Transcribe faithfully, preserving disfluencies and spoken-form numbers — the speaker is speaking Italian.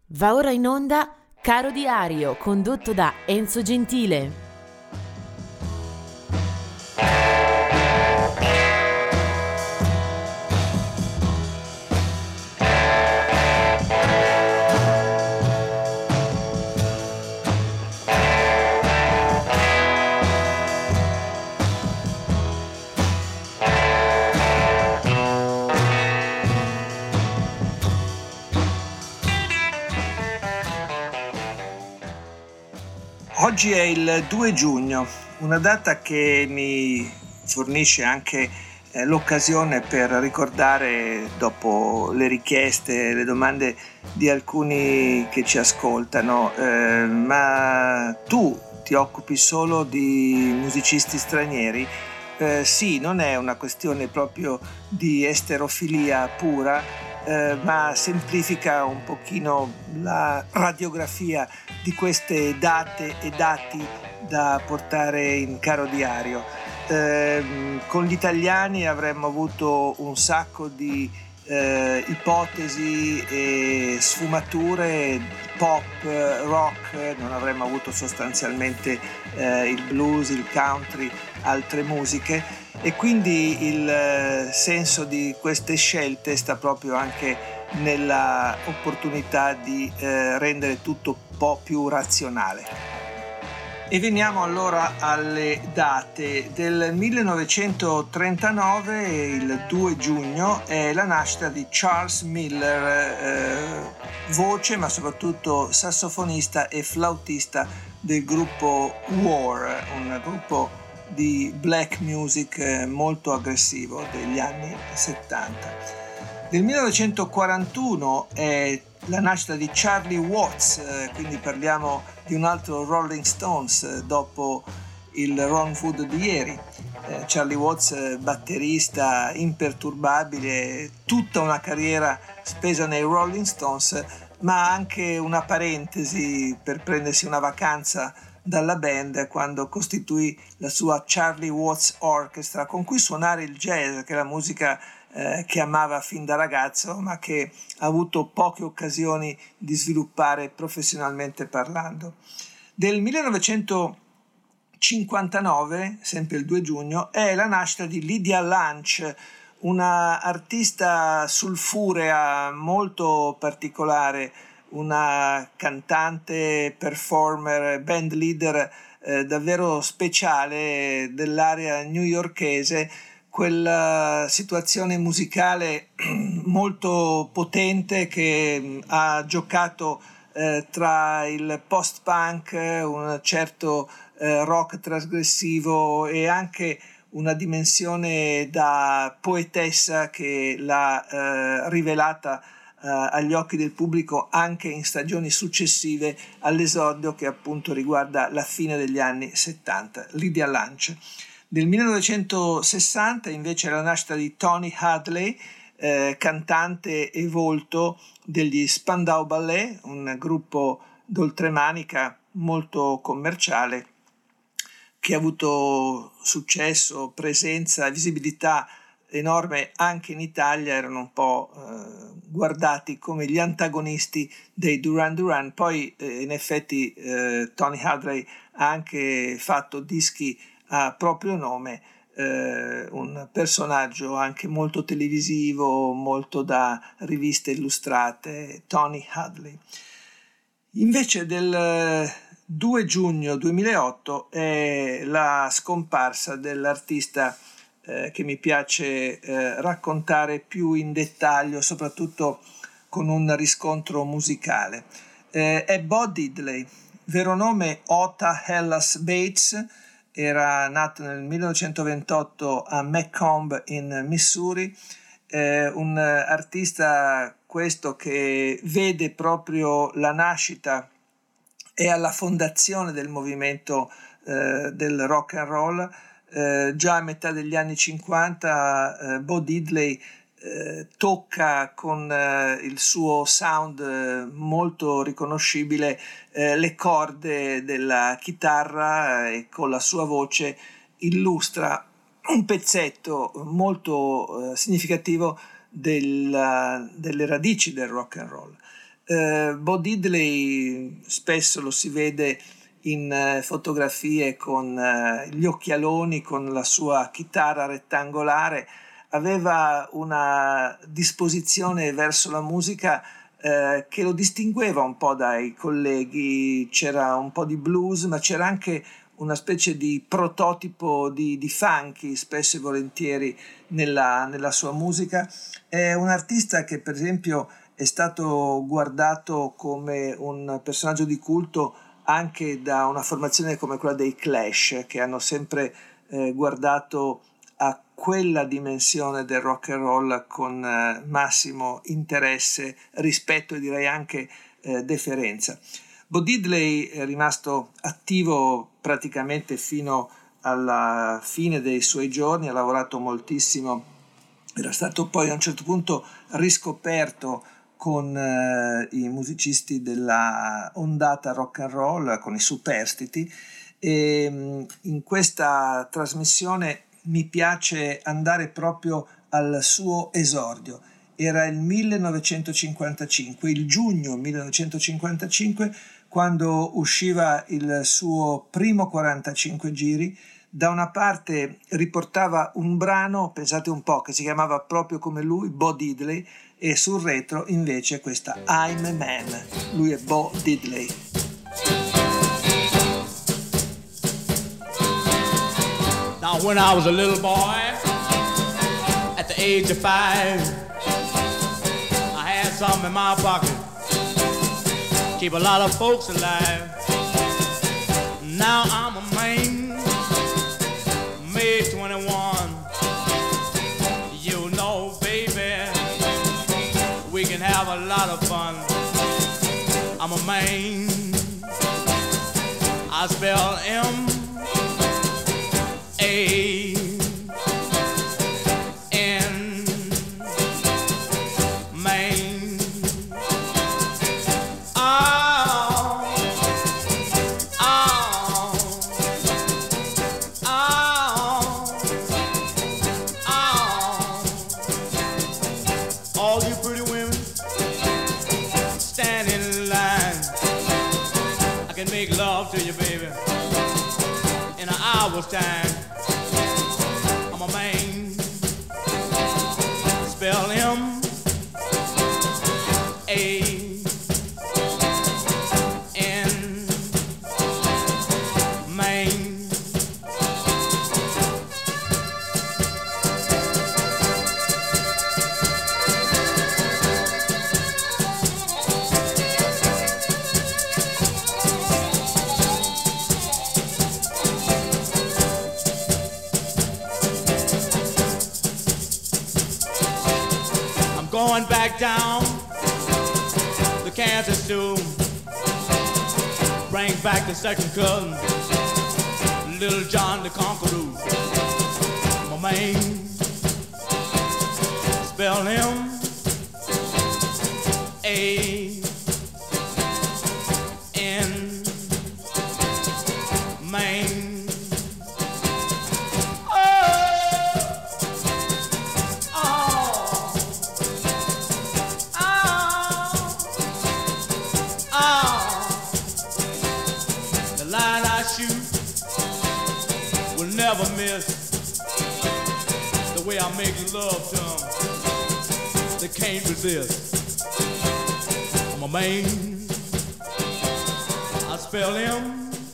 Va ora in onda Caro Diario, condotto da Enzo Gentile. Oggi è il due giugno, una data che mi fornisce anche eh, l'occasione per ricordare, dopo le richieste, le domande di alcuni che ci ascoltano, eh, ma tu ti occupi solo di musicisti stranieri? Eh, sì, non è una questione proprio di esterofilia pura, Eh, ma semplifica un pochino la radiografia di queste date e dati da portare in Caro Diario. Eh, con gli italiani avremmo avuto un sacco di eh, ipotesi e sfumature, pop, rock, non avremmo avuto sostanzialmente eh, il blues, il country, altre musiche. E quindi il senso di queste scelte sta proprio anche nella opportunità di eh, rendere tutto un po' più razionale. E veniamo allora alle date. Del millenovecentotrentanove, il due giugno, è la nascita di Charles Miller, eh, voce ma soprattutto sassofonista e flautista del gruppo War, un gruppo di black music molto aggressivo degli anni settanta. Del millenovecentoquarantuno è la nascita di Charlie Watts, quindi parliamo di un altro Rolling Stones dopo il Ron Wood di ieri. Charlie Watts, batterista imperturbabile, tutta una carriera spesa nei Rolling Stones, ma anche una parentesi per prendersi una vacanza dalla band quando costituì la sua Charlie Watts Orchestra, con cui suonare il jazz, che è la musica eh, che amava fin da ragazzo, ma che ha avuto poche occasioni di sviluppare professionalmente parlando. Del millenovecentocinquantanove, sempre il due giugno, è la nascita di Lydia Lunch, una artista sulfurea molto particolare, una cantante, performer, band leader eh, davvero speciale dell'area newyorkese, quella situazione musicale molto potente che ha giocato eh, tra il post-punk, un certo eh, rock trasgressivo e anche una dimensione da poetessa che l'ha eh, rivelata Uh, agli occhi del pubblico anche in stagioni successive all'esordio, che appunto riguarda la fine degli anni settanta. Lydia Lunch. Del millenovecentosessanta invece è la nascita di Tony Hadley, eh, cantante e volto degli Spandau Ballet, un gruppo d'oltremanica molto commerciale che ha avuto successo, presenza, visibilità enorme anche in Italia. Erano un po' eh, guardati come gli antagonisti dei Duran Duran. Poi eh, in effetti eh, Tony Hadley ha anche fatto dischi a proprio nome, eh, un personaggio anche molto televisivo, molto da riviste illustrate, Tony Hadley. Invece del due giugno duemilaotto è la scomparsa dell'artista Eh, che mi piace eh, raccontare più in dettaglio, soprattutto con un riscontro musicale. Eh, è Bo Diddley, vero nome Ota Hellas Bates, era nato nel millenovecentoventotto a Macomb in Missouri, eh, un artista questo che vede proprio la nascita e alla fondazione del movimento eh, del rock and roll. Eh, già a metà degli anni cinquanta eh, Bo Diddley eh, tocca con eh, il suo sound eh, molto riconoscibile eh, le corde della chitarra e con la sua voce illustra un pezzetto molto eh, significativo della, delle radici del rock and roll. Eh, Bo Diddley spesso lo si vede in eh, fotografie con eh, gli occhialoni, con la sua chitarra rettangolare. Aveva una disposizione verso la musica eh, che lo distingueva un po' dai colleghi. C'era un po' di blues, ma c'era anche una specie di prototipo di, di funky, spesso e volentieri nella, nella sua musica. È un artista che, per esempio, è stato guardato come un personaggio di culto anche da una formazione come quella dei Clash, che hanno sempre eh, guardato a quella dimensione del rock and roll con eh, massimo interesse, rispetto e direi anche eh, deferenza. Bo Diddley è rimasto attivo praticamente fino alla fine dei suoi giorni, ha lavorato moltissimo, era stato poi a un certo punto riscoperto con eh, i musicisti della ondata rock and roll, con i Superstiti, e mh, in questa trasmissione mi piace andare proprio al suo esordio. Era il millenovecentocinquantacinque, il giugno millenovecentocinquantacinque, quando usciva il suo primo quarantacinque giri. Da una parte riportava un brano, pensate un po', che si chiamava proprio come lui, Bo Diddley, e sul retro invece questa I'm a Man. Lui è Bo Diddley. Now when I was a little boy, at the age of five, I had something in my pocket, keep a lot of folks alive. Now I'm a man, made twenty-one. You know, baby, we can have a lot of fun. I'm a man, I spell M A N, man. Oh, oh, oh, oh. All you pretty women stand in line. I can make love to you, baby, in an hour's time. I'm a man, spell him A N, man. Going back down the Kansas too, bring back the second cousin, Little John the Conqueror. My man, spell him A N, man. Never miss the way I make love to them. They can't resist. I'm a man, I spell him